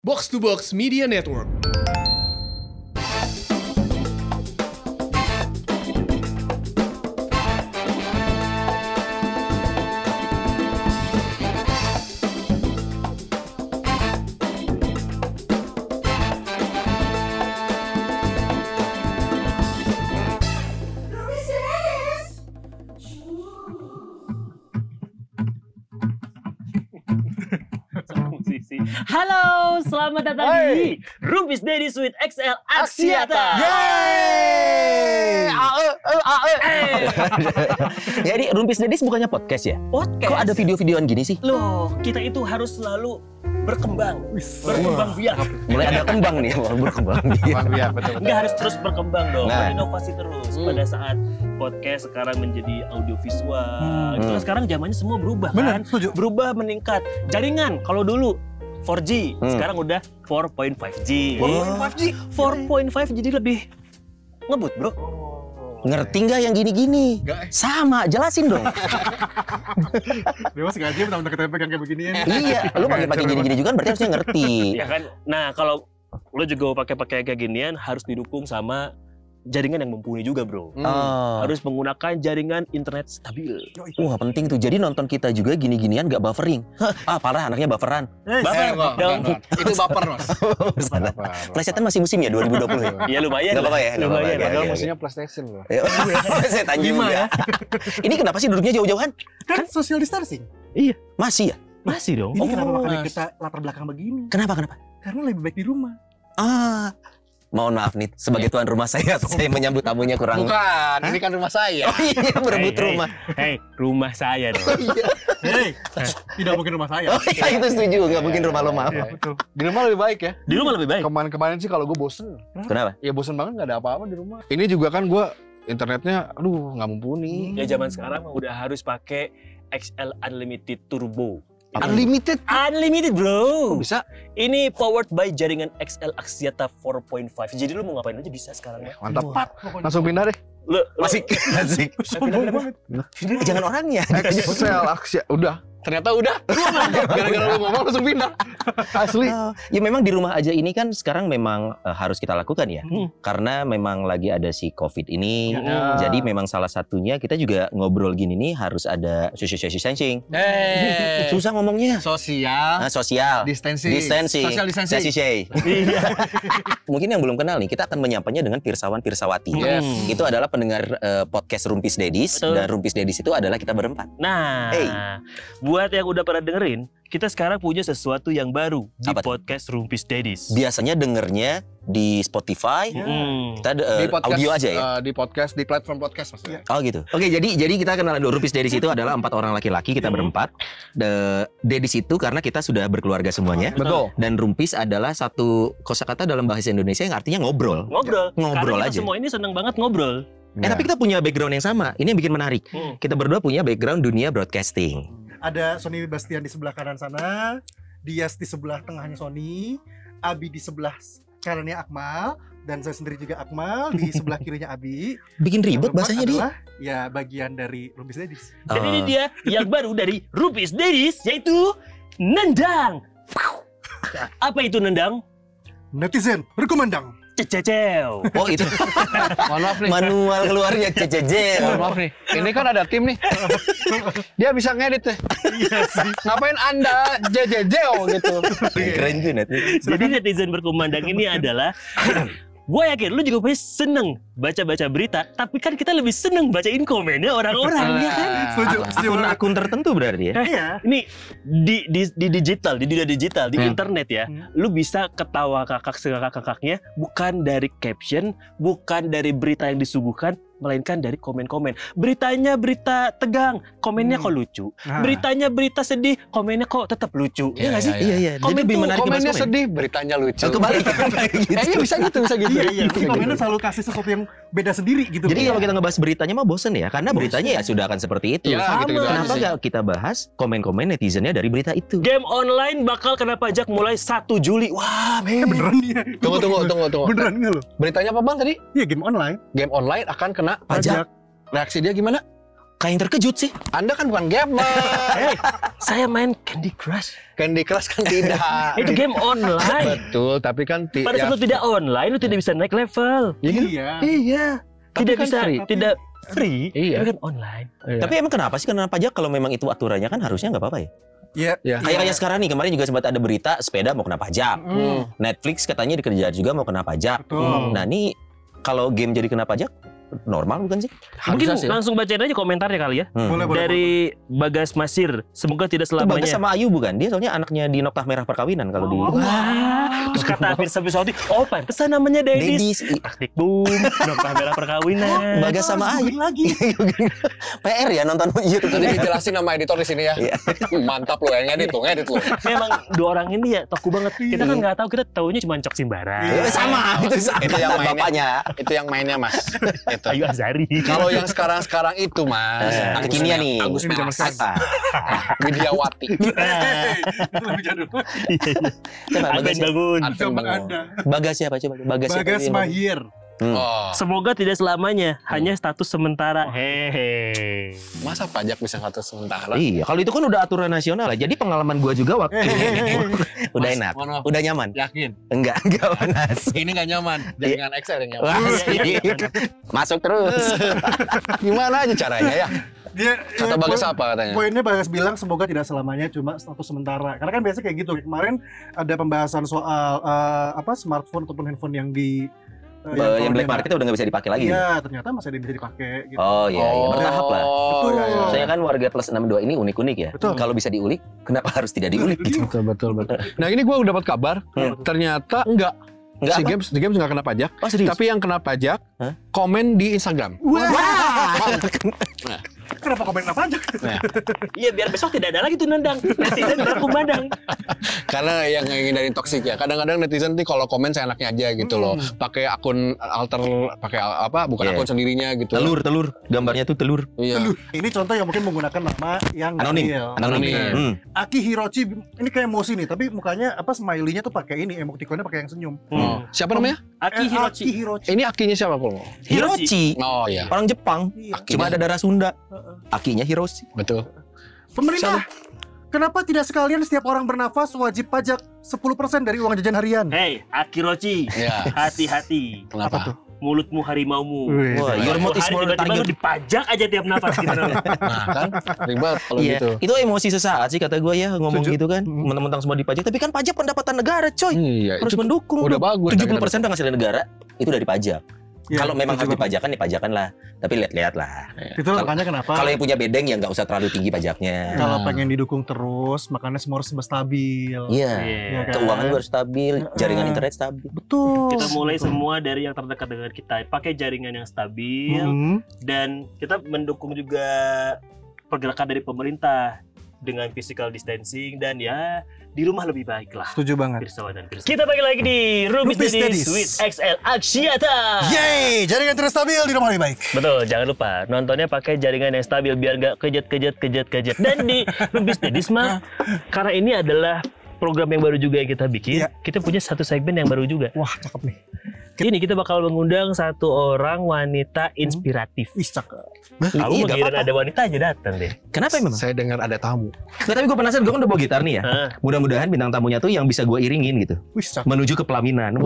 Box to Box Media Network. Halo, selamat datang di Rumpis Daddies with XL Aksiata. Yeay! Jadi Rumpis Daddies bukannya podcast ya? Podcast. Kok ada video-videoan gini sih? Loh, kita itu harus selalu berkembang biak. Mulai ada kembang nih, berkembang biak. Betul. Nggak harus terus berkembang dong, Nah. berinovasi terus. Pada saat podcast sekarang menjadi audiovisual, itu sekarang zamannya semua berubah kan? Berubah meningkat. Jaringan, kalau dulu 4G, sekarang udah 4.5G. 4.5 jadi lebih ngebut, bro. Ngerti nggak yang gini-gini? Sama, jelasin dong. Dewa sengaja benar-benar kita pegang kayak beginian. Iya, lu pakai gini-gini juga kan berarti harusnya ngerti. Ya kan? Nah, kalau lo juga pakai kayak ginian harus didukung sama jaringan yang mumpuni juga, bro. Harus menggunakan jaringan internet stabil. Wah, penting tuh. Jadi nonton kita juga gini-ginian nggak buffering. Parah, anaknya bufferan. Baper dong. Itu baper, Mas. PlayStation masih musim ya 2020 ya? Ya lumayan. Nggak apa-apa ya? Nggak apa-apa. Lumayan. Oke, Padahal oke. musuhnya PlayStation loh. Saya Tanjung ya. Ini kenapa sih duduknya jauh-jauhan? Kan social distancing. Masih ya? Masih dong. Ini kenapa makanya Mas. kita latar belakang begini? Kenapa? Karena lebih baik di rumah. Mohon maaf nih, sebagai tuan rumah saya menyambut tamunya kurang. Bukan, ini kan rumah saya. Oh iya, berebut rumah. Hei, rumah saya dong. Hei, tidak mungkin rumah saya. Oh iya, itu setuju, nggak mungkin rumah lo maaf. Betul. Di rumah lebih baik ya. Di rumah lebih baik. Kemarin sih kalau gue bosen. Kenapa? Ya bosen banget, nggak ada apa-apa di rumah. Ini juga kan gue internetnya, nggak mumpuni. Ya zaman sekarang udah harus pakai XL Unlimited Turbo. Unlimited. Unlimited, bro. Bisa. Ini powered by jaringan XL Axiata 4.5. Jadi lu mau ngapain aja bisa sekarang ya. Mantap. Langsung pindah deh. Asik. Sombong banget. Jangan orangnya. XL Aksi. Udah. Ternyata udah. Gara-gara lu ngomong langsung pindah. Asli. Ya memang di rumah aja ini kan sekarang memang harus kita lakukan ya. Karena memang lagi ada si COVID ini. Ya. Jadi memang salah satunya kita juga ngobrol gini nih harus ada social distancing. Susah ngomongnya. Sosial. Sosial Distancing. Social distancing. Mungkin yang belum kenal nih, kita akan menyapanya dengan Pirsawan-Pirsawati. Yes. Itu adalah pendengar podcast Rumpis Daddies. Betul. Dan Rumpis Daddies itu adalah kita berempat. Nah, buat yang udah pernah dengerin, kita sekarang punya sesuatu yang baru di Apa tuh? podcast Rumpis Daddies. Biasanya dengernya di Spotify. Kita Di podcast, audio aja ya. di podcast, di platform podcast maksudnya. Oh gitu. Oke, jadi kita kenal dulu. Rumpis Daddies itu adalah 4 orang laki-laki, kita berempat. Daddies itu karena kita sudah berkeluarga semuanya. Betul. Dan Rumpis adalah satu kosakata dalam bahasa Indonesia yang artinya ngobrol. Ngobrol. Ngobrol Karena kita aja. semua ini seneng banget ngobrol. Tapi kita punya background yang sama. Ini yang bikin menarik. Kita berdua punya background dunia broadcasting. Ada Sony Bastian di sebelah kanan sana, Dias di sebelah tengahnya Sony, Abi di sebelah kanannya Akmal, dan saya sendiri juga Akmal di sebelah kirinya Abi. Bikin ribet Yang bahasanya dia. adalah, ya bagian dari Rumpis Daddies. Dan ini dia yang baru dari Rumpis Daddies, yaitu nendang. Apa itu nendang? Netizen berkumandang. Cececew. Oh itu Mohon maaf nih. manual keluarnya cecejel. Mohon maaf nih. Ini kan ada tim nih. Dia bisa ngedit deh. Ngapain Anda jejejeo gitu. Keren tuh net. Jadi netizen berkumandang ini adalah gue yakin lu juga pasti seneng baca-baca berita, tapi kan kita lebih seneng bacain komennya orang-orang, ya kan? Akun tertentu berarti ya. Iya. Ini di digital, di dunia digital, di internet ya, lu bisa ketawa kakak sekakak-kakaknya bukan dari caption, bukan dari berita yang disuguhkan, melainkan dari komen-komen. Beritanya berita tegang, komennya kok lucu. Beritanya berita sedih, komennya kok tetap lucu. Iya nggak sih? Iya. Jadi Komen lebih tuh, menarik Komennya komen. sedih, beritanya lucu. Kebalik. Kayaknya bisa gitu. Iya. Tapi komennya selalu kasih sesuatu yang beda sendiri gitu. Jadi kalau kita ngebahas beritanya mah bosen ya, karena beritanya ya sudah akan seperti itu. Iya, gitu-gitu aja Kenapa sih. nggak kita bahas komen-komen netizennya dari berita itu? Game online bakal kena pajak mulai 1 Juli. Wah, men. beneran nih. Tunggu. Beneran nggak lo? Beritanya apa bang tadi? Iya, game online. Game online akan kena Pajak. Reaksi dia gimana? Kayak yang terkejut sih. Anda kan bukan gamer. Saya main Candy Crush. Candy Crush kan tidak. Itu game online. Betul, tapi kan Pada saat lu tidak online, lu tidak bisa naik level. Iya. Iya. Tapi Tidak kan bisa, free. tidak free. Iya. Tapi kan online. Tapi emang kenapa sih kena pajak kalau memang itu aturannya kan harusnya nggak apa-apa ya? Iya. Ya. Kayak sekarang nih, kemarin juga sempat ada berita sepeda mau kena pajak. Netflix katanya dikerjain juga mau kena pajak. Betul. Nah ini kalau game jadi kena pajak normal bukan sih? Mungkin Harusnya sih. langsung bacain aja komentarnya kali ya. Boleh. Dari Bagas Masir. Semoga tidak Itu Bagas selamanya. sama Ayu bukan? Dia soalnya anaknya di Noktah Merah Perkawinan kalau di Wah. Terus kata Firsa Biswati, oh pantesan namanya Dedis. Dedis. Praktik boom, Noktah Merah Perkawinan. Bagas sama Ayu lagi. PR ya nonton YouTube Nanti dijelasin sama editor di sini ya. Iya. Mantap lu, ngedit lu. Memang dua orang ini ya toku banget. Kita kan nggak tahu, kita taunya cuma Cok Simbara. Sama itu Itu yang mainnya. bapaknya. Itu yang mainnya, Mas. Itu. Ayu Azari. Kalau yang sekarang itu, Mas. Kekinian nih. Agus Ini zaman Melasa. Widiawati. Itu lebih jadul. Coba Adven Bagas, bangun. Adven Coba bangun. Anda. Bagas siapa coba? Bagas siapa? Bagas Yang- Mahir. Oh, Semoga tidak selamanya, hanya status sementara. Hehe. masa pajak bisa satu sementara? Iya, kalau itu kan udah aturan nasional ya. Jadi pengalaman gua juga waktu udah Mas, enak, mohon maaf. udah nyaman. Yakin? Enggak panas. Ini nggak nyaman. Jangan Excel yang nyaman. Wah, masuk terus. Gimana aja caranya ya? Dia Kata Bagas apa katanya? Poinnya Bagas bilang semoga tidak selamanya cuma status sementara. Karena kan biasa kayak gitu. Kemarin ada pembahasan soal smartphone ataupun handphone yang di Yang black market udah nggak bisa dipakai lagi. Iya, ternyata masih ada yang bisa dipakai gitu. Oh iya, iya. Bertahap lah. Betul. iya, iya. Saya kan warga plus 62 ini unik-unik ya. Betul. Kalau bisa diulik, kenapa harus tidak diulik gitu? Betul. Nah ini gue dapat kabar, ternyata enggak. Enggak Si apa? Games nggak kena pajak, Oh serius? tapi yang kena pajak Hah? komen di Instagram. Kenapa komen apa aja? Iya, biar besok tidak ada lagi tuh nendang. Netizen berkumandang. Karena yang ngindarin toksik ya. Kadang-kadang netizen nih kalau komen seenaknya aja gitu loh. Pakai akun alter, pakai apa? Bukan Iya. akun sendirinya gitu. Telur. Gambarnya tuh telur. Iya. Ini contoh yang mungkin menggunakan nama yang Anonim. real. Anonim. Aki Hirochi ini kayak emosi nih, tapi mukanya smiley-nya tuh pakai ini, emoticonnya pakai yang senyum. Oh. Siapa namanya? Aki Hirochi. Aki Hirochi. Ini akinya siapa, Pul? Hiroshi. Oh iya. Orang Jepang. Iya. Cuma ada darah Sunda. Heeh. Akinya Hiroshi. Betul. Pemerintah, kenapa tidak sekalian setiap orang bernafas wajib pajak 10% dari uang jajan harian? Hei, Aki Rochi. Iya. Hati-hati. Kenapa? Mulutmu harimaumu. Wah, your mouth is more Tiba-tiba lu target. dipajak aja tiap nafas gitu. Nah kan ribet kalau Iya, gitu. itu emosi sesaat sih kata gue ya ngomong Setuju. gitu kan, mentang-mentang semua dipajak, tapi kan pajak pendapatan negara, coy. Iya, Harus itu mendukung. udah bagus. 70% penghasilan negara itu dari pajak. Ya, Kalau memang harus itu juga. dipajakan, dipajakan lah. Tapi lihat-lihat lah. Itu makanya kenapa Kalau yang punya bedeng ya nggak usah terlalu tinggi pajaknya. kalau pengen didukung terus, makanya semua harus stabil. Iya. Iya kan? Keuangan juga harus stabil, jaringan internet stabil. Betul. Kita mulai betul. semua dari yang terdekat dengan kita. Pakai jaringan yang stabil. Dan kita mendukung juga pergerakan dari pemerintah dengan physical distancing dan ya di rumah lebih baik lah. Setuju banget. Pirsawan dan pirsawan. Kita balik lagi di Rubis Rubis Dedis Dedis. with XL Aksiata. Yeay, jaringan terus stabil di rumah lebih baik. Betul, jangan lupa nontonnya pakai jaringan yang stabil biar gak kejat. Dan di Rubis Dedis mah, karena ini adalah program yang baru juga yang kita bikin, Iya. kita punya satu segmen yang baru juga. Wah, cakep nih. Ini kita bakal mengundang satu orang wanita inspiratif. Ih, cakep. Aku Iya, nggak mengira apa-apa. ada wanita aja datang deh. Kenapa emang? Saya dengar ada tamu. Nah, tapi gue penasaran, gue kan udah bawa gitar nih ya. Hah? Mudah-mudahan bintang tamunya tuh yang bisa gue iringin gitu, Wih, cakep. menuju ke pelaminan.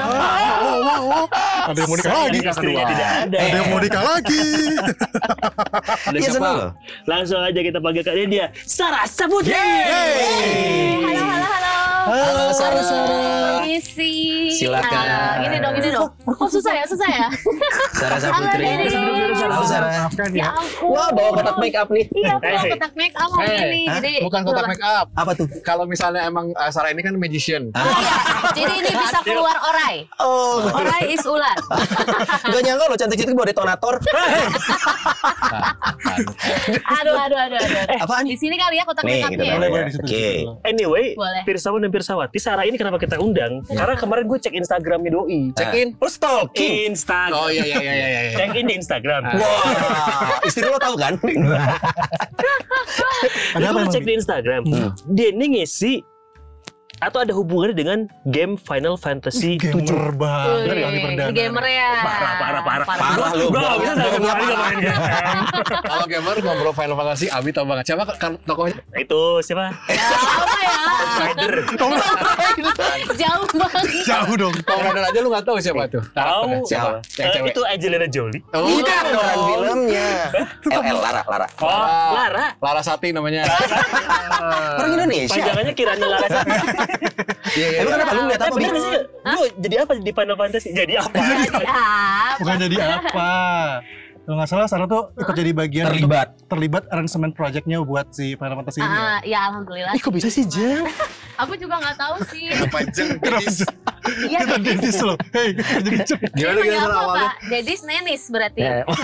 Ada yang mau nikah lagi. Istrinya tidak ada. Ada yang mau nikah lagi. Ada Iya, siapa? seneng loh. Langsung aja kita panggilkan dia, Sarah Saputri. Halo, Sarah. Permisi. Silakan. Gini dong. Oh susah ya. Sarah Saputri. Halo, Dede. Halo, Sarah. Maafkan Ya ya. ampun. Wah, bawa kotak make up nih. Iya, aku bawa Hey. kotak make up hari ini. Hah? Jadi Bukan kotak make up. Apa tuh? Kalau misalnya emang Sarah ini kan magician. Jadi ini bisa keluar orai. Oh, Orai is ular. gak nyangka lo cantik-cantik bawa detonator. Aduh. Apaan? Di sini kali ya kotak Nih, make kita upnya. boleh Boleh ya. di situ, Oke. di situ. Anyway, Boleh. Pirsawan dan Pirsawati, Sarah ini kenapa kita undang? Karena kemarin gue cek Instagramnya Doi. Check in. Lo stalking. Instagram. Oh iya. Check in di Instagram. Wah, istri lo tahu kan? Ada apa Gue emang, cek Bi? di Instagram. Dia ini ngisi atau ada hubungannya dengan game Final Fantasy 7. Gamer banget Wih, kali perdana. gamer ya. Parah lu. Gua nggak bisa sama main game. Kalau gamer ngobrol Final Fantasy, Abi tau banget. Siapa tokohnya? Itu siapa? Apa ya? Rider. Jauh banget. Jauh dong. Tomb Raider aja lu nggak tahu siapa tuh? Tahu. Siapa? Yang cewek. Itu Angelina Jolie. Oh, Bukan filmnya. Lara. Lara Sati namanya. Orang Indonesia. Panjangannya Kirana Larasati. Iya. Emang kenapa lu ngeliat apa? Bener nggak sih? Lu jadi apa di Final Fantasy? Jadi apa? Bukan jadi apa. Kalau nggak salah Sarah tuh ikut jadi bagian terlibat aransemen projectnya buat si Final Fantasy ini. Ya alhamdulillah. Kok bisa sih, Jeng? Aku juga nggak tahu sih. Apa jeng? Iya. Kita dentis loh. Hei, kita jadi cep. Gimana Ini cara awalnya? apa? Dedis nenis berarti.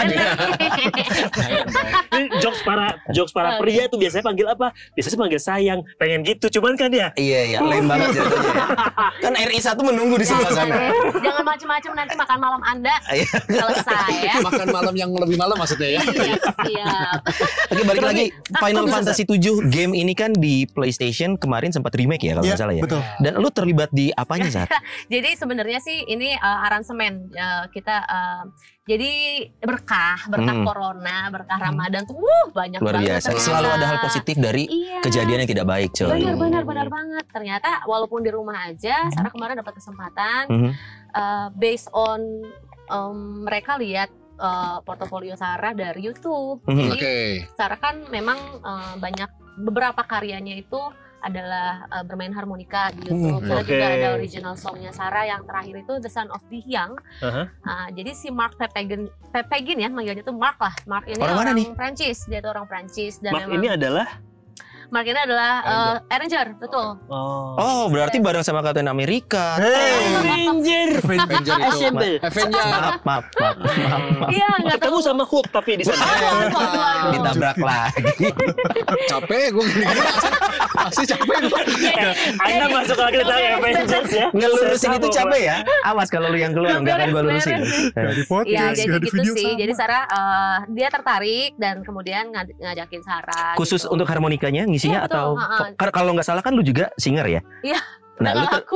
Ini jokes para pria tuh biasanya panggil apa? Biasanya panggil sayang, pengen gitu. Cuman kan ya. Iya, lame banget jatuhnya. Kan RI 1 menunggu di sebelah sana. Jangan macam-macam nanti makan malam Anda Iya. selesai ya. Makan malam yang lebih malam maksudnya ya. Iya, siap. Oke, balik lagi. Final Fantasy 7 game ini kan di PlayStation kemarin sempat remake ya kalau nggak salah ya. Betul. Dan lu terlibat di apanya, Sar? Jadi sebenarnya sih ini aransemen kita jadi berkah corona, berkah Ramadan tuh banyak Luar banget biasa. ternyata. Selalu ada hal positif dari Iya. kejadian yang tidak baik, coy. Benar banget. Ternyata walaupun di rumah aja, Sarah kemarin dapat kesempatan based on mereka lihat portofolio Sarah dari YouTube. Jadi Oke. Sarah kan memang banyak beberapa karyanya itu adalah bermain harmonika di YouTube. Sarah juga ada original songnya Sarah yang terakhir itu The Son of the Young. Jadi si Mark Pepegin ya, manggilnya tuh Mark lah. Mark ini Orang mana nih? Prancis, dia tuh orang Prancis dan Mark memang ini adalah Mark ini adalah Arranger, betul. Oh, berarti bareng sama Captain Amerika. Avenger. Avenger itu. Assemble. Avenger. Maaf. Iya, enggak Ketemu tahu. sama Hulk tapi di sana. Ditabrak lagi. Capek gue gini-gini. Masih capek gue. Anda masuk lagi tentang Avengers ya. Ngelurusin itu Sama, capek ya. Awas kalau lu yang keluar enggak akan gua lurusin. Gak di Iya, podcast, jadi gak di gitu video sih. sama. Jadi Sarah dia tertarik dan kemudian ngajakin Sarah. Khusus gitu. untuk harmonikanya ngisinya Iya, betul. atau kalau nggak salah kan lu juga singer ya? Iya. Nah, lu aku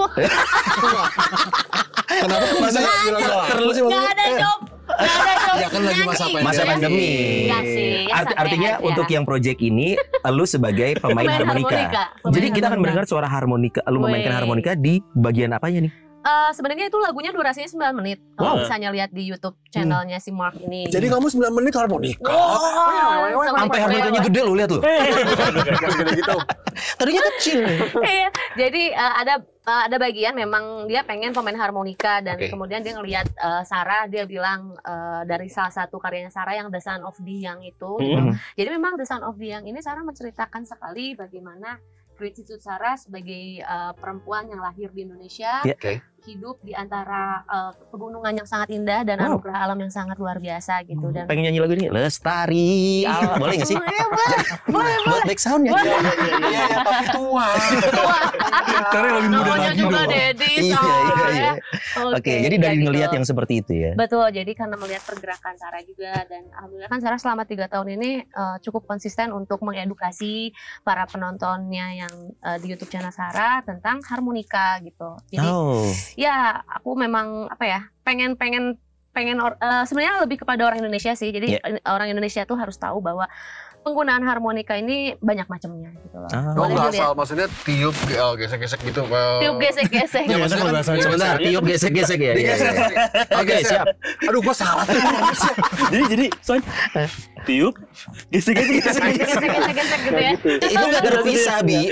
Kenapa tuh masa bilang aku sih? nggak ada job. Ya kan lagi masa pandemi. masa pandemi. Iya sih, ya santai Artinya aja. untuk yang project ini lu sebagai pemain Pemain harmonika. harmonika. Jadi kita akan Pemain mendengar suara harmonika. Lu memainkan Wih. harmonika di bagian apanya nih? Sebenarnya itu lagunya durasinya 9 menit. Kalau misalnya lihat di YouTube channelnya si Mark ini. Jadi kamu 9 menit harmonika. Sampai harmonikanya gede lu lihat lu. Gede gitu. Tadinya kecil. Iya, jadi ada bagian memang dia pengen pemain harmonika dan Oke. kemudian dia ngelihat Sarah, dia bilang dari salah satu karyanya Sarah yang The Son of the Young itu. Gitu. Jadi memang The Son of the Young ini Sarah menceritakan sekali bagaimana gratitude Sarah sebagai perempuan yang lahir di Indonesia, Ya. Oke. hidup di antara pegunungan yang sangat indah dan anugerah alam yang sangat luar biasa gitu. Dan Pengen nyanyi lagu ini? Lestari. Alam. Boleh nggak sih? Buat back soundnya. Iya, tapi tua. Karena lebih muda namanya lagi juga dong. Dedi Iya, soalnya. iya. Oke, jadi dari gitu. ngelihat yang seperti itu ya. Betul, jadi karena melihat pergerakan Sarah juga dan alhamdulillah kan Sarah selama 3 tahun ini cukup konsisten untuk mengedukasi para penontonnya yang di YouTube channel Sarah tentang harmonika gitu. Jadi ya aku memang apa ya pengen sebenarnya lebih kepada orang Indonesia sih. Jadi orang Indonesia tuh harus tahu bahwa penggunaan harmonika ini banyak macamnya gitu loh. Oh, Boleh nggak dilihat. asal maksudnya tiup gesek-gesek gitu. Tiup gesek-gesek. Iya, maksudnya kalau bahasa Sebentar, tiup gesek-gesek ya. Oke, siap. Aduh, gua salah tuh. Jadi Son tiup gesek-gesek. Gesek-gesek gitu ya. Itu nggak terpisah, Bi.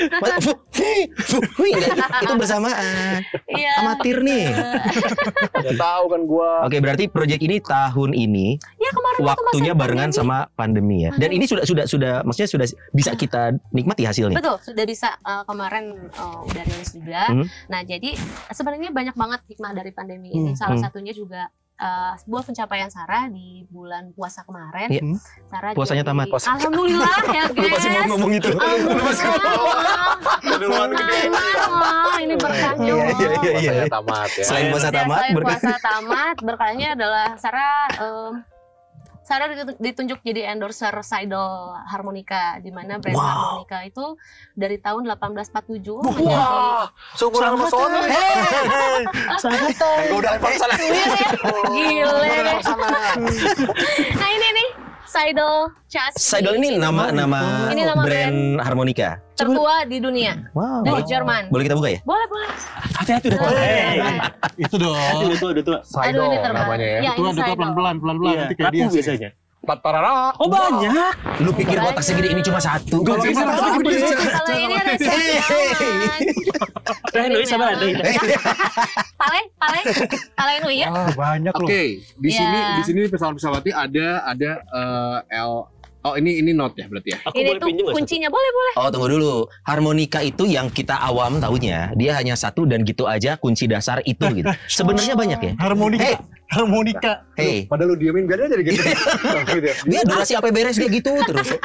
Itu bersamaan. Iya. Amatir nih. Nggak tahu kan gua. Oke, berarti proyek ini tahun ini Ya kemarin waktu waktunya masa barengan pandemi. sama pandemi ya. Dan ini sudah maksudnya sudah bisa kita nikmati hasilnya. Betul, sudah bisa kemarin udah rilis juga. Nah, jadi sebenarnya banyak banget hikmah dari pandemi ini. Salah satunya juga sebuah pencapaian Sarah di bulan puasa kemarin. Iya. Sarah Puasanya jadi- tamat. Alhamdulillah ya, guys. Lu pasti mau ngomong itu. Alhamdulillah, ini berkah juga. Puasanya tamat ya. Selain puasa tamat, Selain berkah. puasa tamat, berkahnya adalah Sarah Sarah ditunjuk jadi endorser Seidel Harmonica, di mana brand Harmonica itu dari tahun 1847 Wah, seumuran sama Sony. Sangat. Gue udah lempar sana. Gile. Nah ini nih Seidel chassis. Seidel ini nama Ini nama brand harmonika. tertua di dunia dari Jerman. Boleh kita buka ya? Boleh. Hati-hati udah tua. Itu dong. Udah tua. Aduh ini terbang. namanya ya. Ya, Itu ini ada Seidel. pelan-pelan Iya, nanti kayak dia rapuh sih. biasanya. Parara. Oh banyak. Lu pikir kotak segini ini cuma satu? Kalau Gede, ini gede. Kalau ini ada Nuis sama ada. Pale Nui ya. banyak loh. Oke, di sini pesawat-pesawatnya ada ini note ya berarti ya. Aku Ini boleh tuh pinjam nggak? kuncinya boleh. Oh tunggu dulu. Harmonika itu yang kita awam tahunya, dia hanya satu dan gitu aja kunci dasar itu gitu. Sebenarnya banyak ya. Harmonika. Hey, Padahal lu diemin gak ada jadi gitu. dia durasi apa beres dia gitu terus.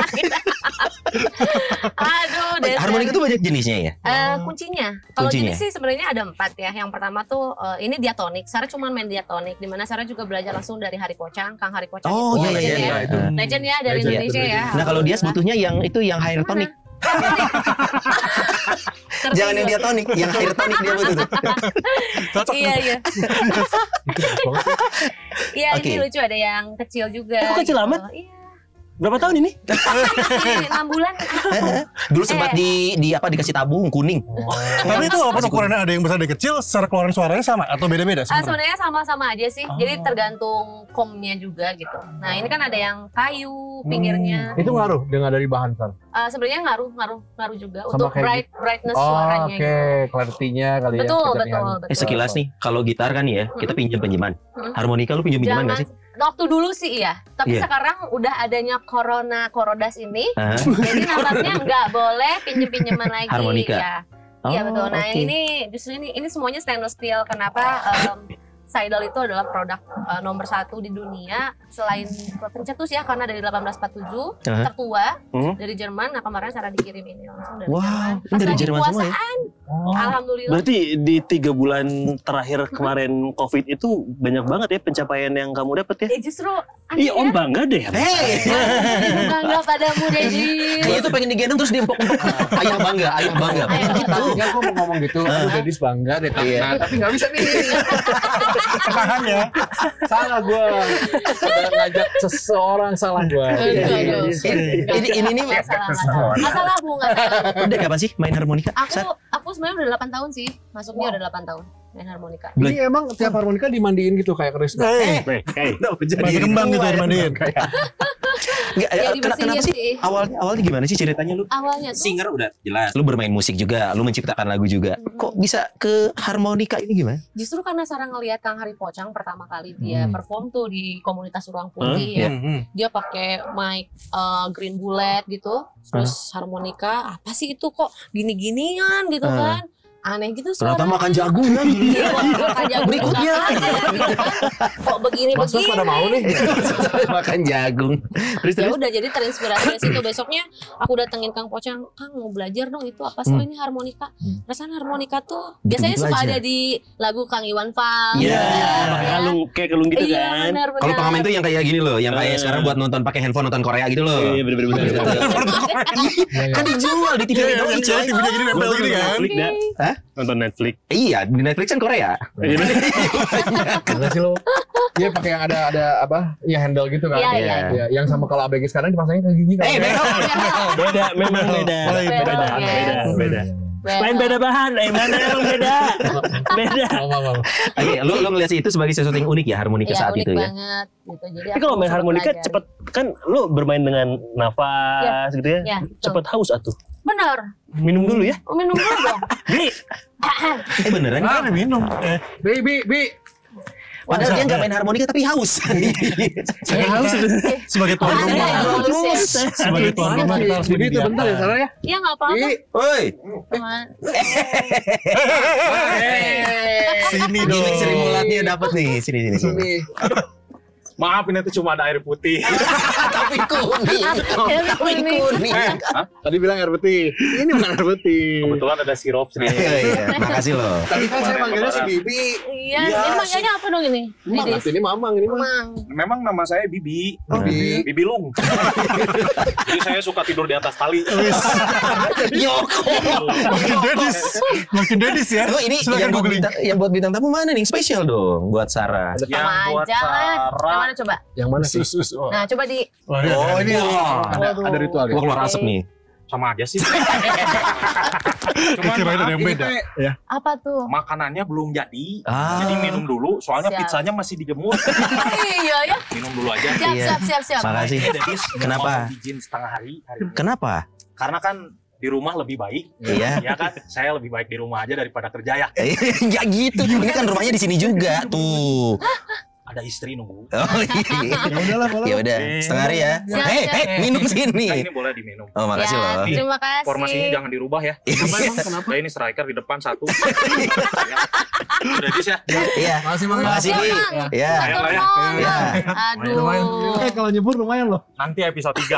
Aduh, dasar. Harmonika tuh banyak jenisnya ya. Kuncinya. Kalau Kuncinya. jenis sih sebenarnya ada 4 ya. Yang pertama tuh ini diatonik. Sarah cuma main diatonik. Dimana Sarah juga belajar langsung dari Hari Pocang, Kang Hari Pocang. Oh itu iya legend iya. ya. Iya. Legend ya dari Legend. Indonesia ya. Nah kalau dia Alhamdulillah. sebetulnya yang itu yang hair tonic. Tertinggal. Jangan yang dia tonic, yang hair tonic dia betul. Iya. Iya Oke. ini lucu ada yang kecil juga. Kok kecil amat? Iya. Berapa tahun ini? Masih 6 bulan. Dulu sempat di apa dikasih tabung kuning. Tapi itu apa ukurannya, ada yang besar ada yang kecil, secara keluaran suaranya sama atau beda-beda sebenarnya? Sebenarnya sama-sama aja sih. Jadi tergantung comnya juga gitu. Nah, ini kan ada yang kayu pinggirnya. Itu ngaruh dengan dari bahan kan. Sebenarnya ngaruh juga Sama untuk kayak brightness suaranya Oke, gitu. clarity-nya kali ya. Betul. Sekilas nih, kalau gitar kan ya, kita pinjam-pinjaman. Hmm. Harmonika lu pinjam-pinjaman Jangan nggak sih? waktu dulu sih iya, tapi Iya. sekarang udah adanya Corodas ini, Hah? jadi nampaknya nggak boleh pinjem-pinjeman lagi. Harmonika. Ya. Iya betul. Nah oke. ini justru ini semuanya stainless steel. Kenapa? Seidel itu adalah produk nomor 1 di dunia selain pencetus ya, karena dari 1847 tertua dari Jerman. Nah kemarin Sarah dikirim ini langsung dari Jerman. Wow, ini dari lagi Jerman semua ya? puasaan. Alhamdulillah. Berarti di 3 bulan terakhir kemarin COVID itu banyak banget ya pencapaian yang kamu dapat ya? Justru Iya om bangga deh. Hey, bangga padamu Dedi. dia tuh pengen digendong terus diempok-empok. Ayah bangga. Ayah Gitu. Tadinya aku mau ngomong gitu, aduh Dedis bangga deh karena, tapi nggak bisa nih. Tahan ya. Salah gue. Udah ngajak seseorang salah gue. Ini nih Nggak salah Bu, nggak salah. udah kapan sih main harmonika? Aku sebenarnya udah 8 tahun sih, masuknya udah 8 tahun main harmonika. Ini emang tiap harmonika dimandiin gitu kayak Krisna. Masih kembang gitu dimandiin. Nggak, Ya kenapa dibersihin sih? sih. Awalnya gimana sih ceritanya lu? Awalnya tuh Singer udah jelas. Lu bermain musik juga, lu menciptakan lagu juga. Kok bisa ke harmonika ini gimana? justru karena Sarah ngelihat Kang Hari Pocang pertama kali dia perform tuh di komunitas Ruang Putih ya. Dia pakai mic green bullet gitu, terus harmonika. Apa sih itu kok gini-ginian gitu kan? Aneh gitu Ternyata suaranya. makan jagung kan? Iya, makan jagung Berikutnya. aja, gitu kan. Kok Mas pada mau nih. Makan jagung. Terus Ya udah jadi terinspirasi dari situ. Besoknya aku datengin Kang Pocang, Kang mau belajar dong itu apa sih ini harmonika. Perasaan harmonika tuh biasanya Gitu-gitu suka aja. ada di lagu Kang Iwan Fals. Iya, Pakai kalung kayak kalung gitu Iya kan. benar. kalau pengamen tuh yang kayak gini loh, yang kayak sekarang buat nonton pakai handphone nonton Korea gitu loh. Iya bener-bener. Kan dijual di TV Iya, doi, iya, coy. TV-nya gini nempel gini kan. Netflix dah. Hah? Nonton Netflix. Iya, di Netflix kan Korea. Enggak sih lo. Dia pakai yang ada apa? Ya handle gitu kan. Iya, iya. Ya, yang sama kalau ABG sekarang dipasangnya kayak gini kan. Beda, memang beda. Beda. Lain beda bahan, mana emang beda. Beda. Oke, lu ngeliat itu sebagai sesuatu yang unik ya harmonika Iya saat unik itu ya. banget gitu. Jadi Tapi kalau aku main sempat harmonika belajar. cepet kan lu bermain dengan nafas gitu ya. Ya, betul. Cepet haus atuh. Benar. Minum dulu ya. Minum dulu dong. Bi. Beneran? Kan minum. Bi. Padahal dia nggak main harmonika tapi haus. Saya haus sebagai tuan Ada rumah. yang terus. Sebagai tuan rumah kita harus Jadi itu menyediakan. bentar ya Sarah ya. Iya nggak apa-apa. Bi. Woi, Cuman Sini dong. gimmick Sri Mulatnya dapat nih. Sini. Maaf ini tuh cuma ada air putih. Kopi kuning. Kopi kuning. Tadi bilang air putih. Ini bukan air putih. Kebetulan ada sirup sedikit. Iya, makasih loh. Tadi kan saya manggilnya si Bibi. Iya, ini manggilnya apa dong ini? Mang, ini Mamang ini Mang. Mang. Memang nama saya Bibi. Bibi. Bibi Lung. Jadi saya suka tidur di atas tali. Yoko. Makin dedis ya. Oh, ini yang buat bintang tamu mana nih? Spesial dong buat Sarah. Yang Sama buat aja lah. Yang Sarah. mana coba? Yang mana sih? Nah, coba di Oh, ini ada ritual ya. Gua keluar asap nih. Sama aja sih. Kirain ada yang ini beda. teh, apa tuh? makanannya belum jadi. Ah. Jadi minum dulu. Soalnya Siap. pizzanya masih dijemur. Iya ya. Minum dulu aja. Siap. Makasih. Ini Dedis Kenapa? mau izin setengah hari ini. Kenapa? Karena kan di rumah lebih baik. Iya. Ya kan? Saya lebih baik di rumah aja daripada kerja ya. Ya gitu. Ini kan rumahnya di sini juga tuh. Ada istri nunggu. Oh iya. Ya udahlah kalau. Ya udah, setengah hari ya. Siap. Minum Nah, sini. ini boleh diminum. Oh, makasih Ya, loh. terima kasih. Formasinya jangan dirubah ya. Kenapa? Ya ini striker di depan satu. Udah Dis ya. Iya. Makasih Mang. Makasih Ki. Mang. Ya. Atur Ya. nuhun, Ya. Mang. Aduh. Kalau nyebur lumayan loh. Nanti episode 3.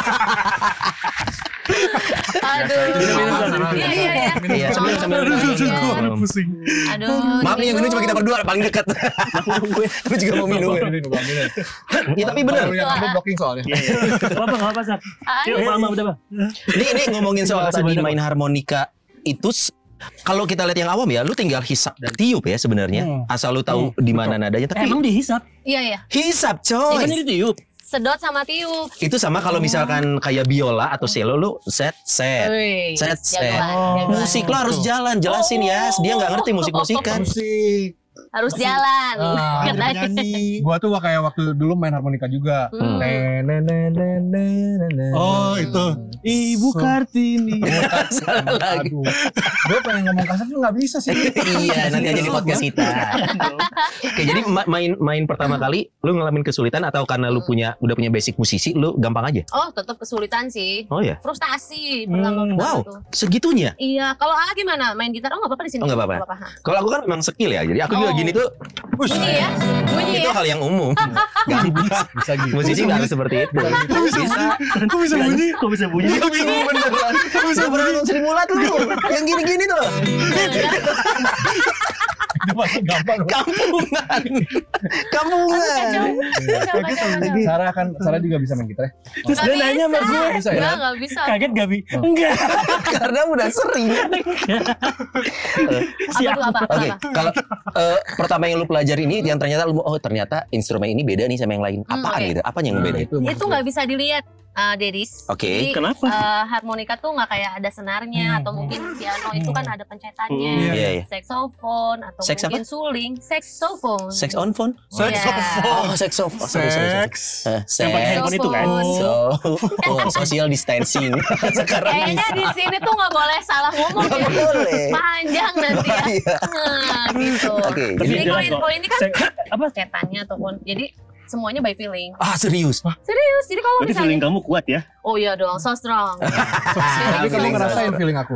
Aduh. Iya. Iya, sambil minum. Pusing. Aduh. Maaf nih yang ini cuma kita berdua paling dekat. Aku juga mau minum. Ya tapi bener. Yang kamu blocking soalnya. Apa Sak? Maaf udah Bang. Ini ngomongin soal tadi main harmonika itu kalau kita lihat yang awam ya, lu tinggal hisap dan tiup ya sebenarnya. Asal lu tahu di mana nadanya. Tapi Emang dihisap? Iya. hisap Kan coy. ini ditiup. Sedot sama tiup. Itu sama kalau misalkan kayak biola atau cello lu set. Wih, Set. jagoan. Musik lo harus jalan, jelasin ya. Dia nggak ngerti musik-musikan. Musik. Harus jalan. Katanya. Gua tuh kayak waktu dulu main harmonika juga. Hmm. Oh itu. Ibu Kartini. Salah lagi. Aduh. Gue pengen ngomong kasar tuh nggak bisa sih. Iya, nanti aja di podcast kita. Oke, jadi main pertama kali lu ngalamin kesulitan atau karena lu udah punya basic musisi, lu gampang aja? Oh, tetap kesulitan sih. Oh ya. Frustasi pertama Wow, tuh. segitunya. Iya, kalau A gimana? Main gitar? Oh, nggak apa-apa di sini. Oh, nggak apa-apa. Kalau aku kan memang skill ya. Jadi aku juga gini tuh Bunyi ya? Bunyi itu ya? hal yang umum. Gak bisa gitu. Musisi nggak harus seperti itu. Kok bisa bunyi? Kok bisa bunyi? Bingung beneran. Bisa pernah nonton Sri Mulat lu. Yang gini-gini tuh. Gampang. Kampungan. Sarah juga bisa main gitar ya? Terus dia nanya sama gue. Bisa ya? Nggak bisa. Kaget gak Bi? Enggak. Karena udah sering. Apa? Oke, kalau pertama yang lu pelajari ini yang ternyata ternyata instrumen ini beda nih sama yang lain. Apaan oke. gitu? Apa yang beda itu? Itu nggak bisa dilihat, Dedis. Oke. Jadi, Kenapa? harmonika tuh nggak kayak ada senarnya atau mungkin piano itu kan ada pencetannya. Iya, iya. Saxophone atau Seks mungkin suling. Saxophone. Sex on phone? Saxophone. Oh, seksofon. Seks. Yang pakai handphone itu kan? Social distancing. Sekarang Kayaknya di sini tuh nggak boleh salah ngomong nggak ya. boleh. Panjang nanti ya. Iya. Nah, gitu. Oke, Tapi Jadi jelas kalau kok. ini kan Apa? cetannya ataupun jadi semuanya by feeling. Ah, serius? Serius. Jadi kalau Berarti feeling misalnya kamu kuat ya? oh iya dong, so strong. Tapi kamu ngerasain feeling aku.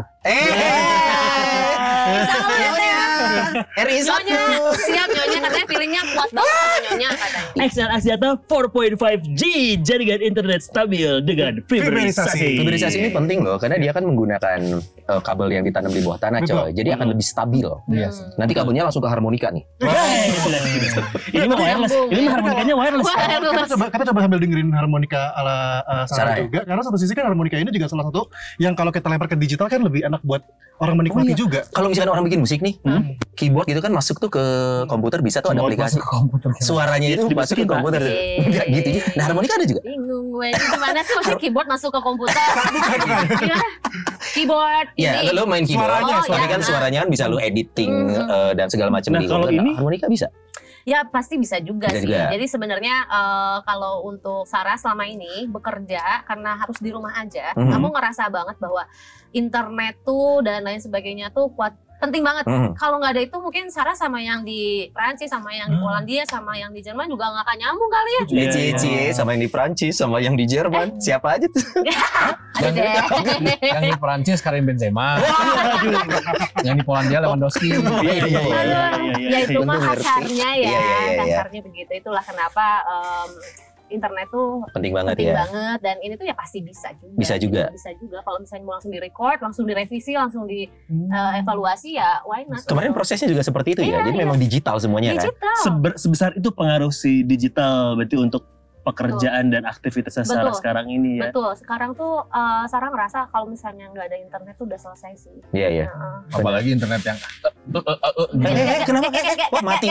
Salah ya. RI Nyonya, 1. siap Nyonya katanya feelingnya kuat banget sama Nyonya katanya. XL Axiata 4.5G jaringan internet stabil dengan fiberisasi. Fiberisasi ini penting loh karena dia kan menggunakan kabel yang ditanam di bawah tanah coy. Jadi akan lebih stabil. Iya. Nanti kabelnya langsung ke harmonika nih. Ini mah wireless. Ini mah harmonikanya wireless. Kita coba sambil dengerin harmonika ala Sarah Sarah. juga. Karena satu sisi kan harmonika ini juga salah satu yang kalau kita lempar ke digital kan lebih enak buat orang menikmati Oh, iya. juga. Kalau misalkan orang bikin musik nih, keyboard gitu kan masuk tuh ke komputer bisa tuh ada aplikasi. Suaranya itu masuk ke komputer. Enggak gitu. Nah, harmonika ada juga. Bingung gue. Ini gimana sih maksudnya keyboard masuk ke komputer? Gimana? Keyboard Ya, ini. lo main keyboard. Suaranya, Tapi kan ya. suaranya kan bisa lo editing dan segala macam Nah, di kalau komputer. ini? Harmonika bisa. Ya pasti bisa juga Bisa sih. juga. Jadi sebenarnya kalau untuk Sarah selama ini bekerja karena harus di rumah aja, kamu ngerasa banget bahwa internet tuh dan lain sebagainya tuh penting banget. Kalau nggak ada itu mungkin Sarah sama yang di Prancis, sama yang di Polandia, sama yang di Jerman juga nggak akan nyambung kali ya. Cie sama yang di Prancis sama yang di Jerman. Siapa aja tuh? Ada deh. Yang di Perancis Karim Benzema. Yang di Polandia Lewandowski. Ya itu mah Untung ngerti. kasarnya ya, Iya. kasarnya begitu. Itulah kenapa internet tuh Penting banget penting ya. banget, dan ini tuh ya pasti bisa juga. Bisa juga. Bisa juga kalau misalnya mau langsung di-record, langsung direvisi, langsung di evaluasi ya why not. Kemarin prosesnya juga seperti itu ya. Iya, Jadi iya. memang digital semuanya kan. digital. Sebesar itu pengaruh si digital berarti untuk pekerjaan dan aktivitasnya Sarah Betul. sekarang ini ya. Betul, sekarang tuh Sarah ngerasa kalau misalnya nggak ada internet tuh udah selesai sih. Iya, iya. Heeh. Apalagi internet yang Kenapa? Wah, mati.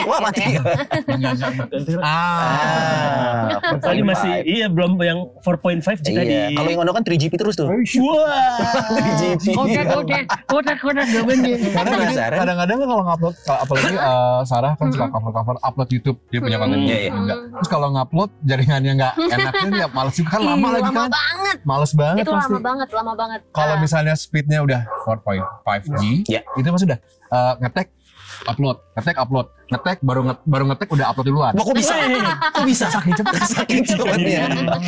Tadi masih belum yang 4.5 jika Iya. Kalau yang ono kan 3GP terus tuh. Wah. 3GP. Udah gak bener. Penasaran? kadang-kadang kan kalau ngupload, apalagi Sarah kan suka cover upload YouTube, dia punya konten Iya, iya. juga. Terus kalau ngupload jaringannya nggak enaknya ya males juga kan, lama lagi kan. banget. Males banget Itu pasti. lama banget. Kalau misalnya speednya udah 4.5G, Ya. itu mas udah ngetek, upload, ngetek baru ngetek udah upload duluan. Wah, kok bisa? Kok bisa? Saking cepatnya.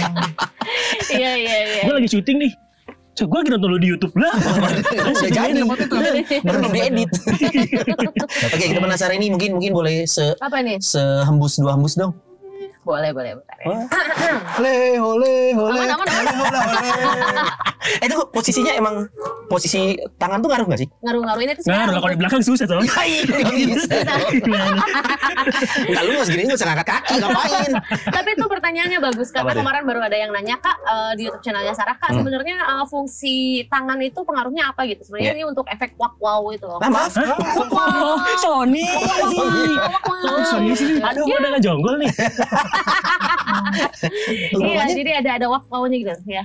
Iya. Gue lagi syuting nih. Gue lagi nonton lu di YouTube lah. Udah jadi. Baru belum diedit. Oke, kita penasaran ini mungkin boleh Apa nih? sehembus 2 hembus dong. Boleh. Bentar ya. Hole. Aman. Itu posisinya emang posisi tangan tuh ngaruh gak sih? Ngaruh ini tuh Ngaruh lah kalau di belakang susah soalnya. Gak bisa. Enggak, lu mas gini gak usah ngangkat kaki, ngapain? Tapi itu pertanyaannya bagus karena Apa tuh? kemarin baru ada yang nanya Kak di YouTube channelnya Sarah Kak, sebenarnya fungsi tangan itu pengaruhnya apa gitu? Sebenarnya ini untuk efek wow itu loh. Nah, maaf. Sony. Sony sini. Aduh, gue udah gak jonggol nih. Iya, jadi ada wow-nya gitu ya.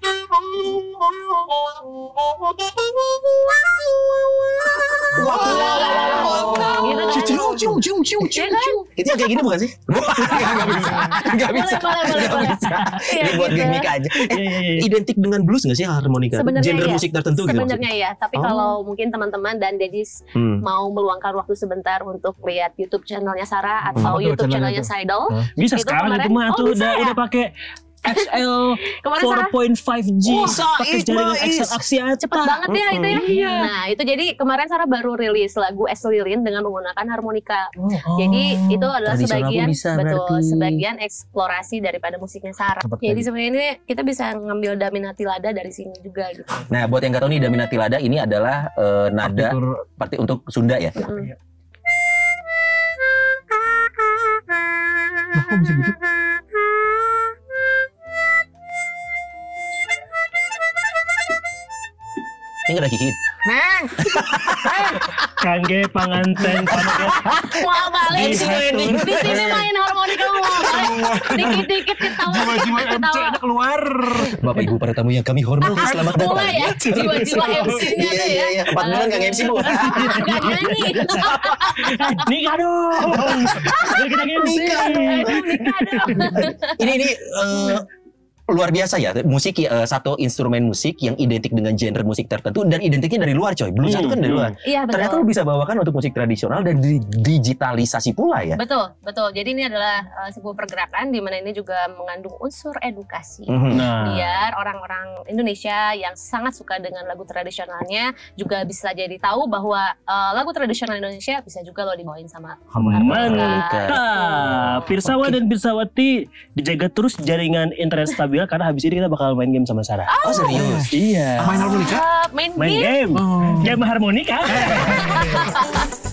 Gitu kan? Itu yang kayak gini bukan sih? Gak bisa. Boleh. Ini buat Iya, gimmick aja. Identik dengan blues gak sih harmonika? Sebenarnya Genre iya. musik tertentu gitu Sebenarnya ya, tapi kalau mungkin teman-teman dan Dedis mau meluangkan waktu sebentar untuk lihat YouTube channelnya Sarah atau YouTube channelnya Sidle. Bisa Itu sekarang kemarin- itu mah tuh bisa ya? udah pakai XL Kemarin Sarah 4.5G pakai jaringan XL aksiata. cepet banget ya itu ya. Nah itu jadi kemarin Sarah baru rilis lagu Es Lilin dengan menggunakan harmonika. Jadi itu adalah Tradisional sebagian pun bisa berarti. sebagian eksplorasi daripada musiknya Sarah. Jadi sebenarnya ini kita bisa ngambil Daminati Lada dari sini juga gitu. Nah, buat yang gak tahu nih, Daminati Lada ini adalah nada parti untuk Sunda ya. Kok bisa gitu? Ini gak ada hit. Neng, Kangge panganten panagat. wah balik Di sini. di sini main harmonika wah balik. Dikit-dikit ketawa. keluar. Bapak Ibu para tamu yang kami hormati, selamat datang. Mulai ya, jiwa-jiwa MC-nya tuh ya. Iya. 4 bulan gak MC, Bu. Gak nyanyi. Nikah dong. Biar kita MC. Nikah dong. Ini luar biasa ya, musik satu instrumen musik yang identik dengan genre musik tertentu dan identiknya dari luar, coy. Blues itu kan dari luar. Iya Ternyata lu betul. bisa bawakan untuk musik tradisional dan digitalisasi pula ya. Betul. Jadi ini adalah sebuah pergerakan di mana ini juga mengandung unsur edukasi. Nah, Biar orang-orang Indonesia yang sangat suka dengan lagu tradisionalnya juga bisa jadi tahu bahwa lagu tradisional Indonesia bisa juga loh dibawain sama harmonika. mantap. Pirsawa dan Pirsawati dijaga terus jaringan internet stabil karena habis ini kita bakal main game sama Sarah. Oh, serius? Iya. Main harmonika? Main Main game. game. Game harmonika.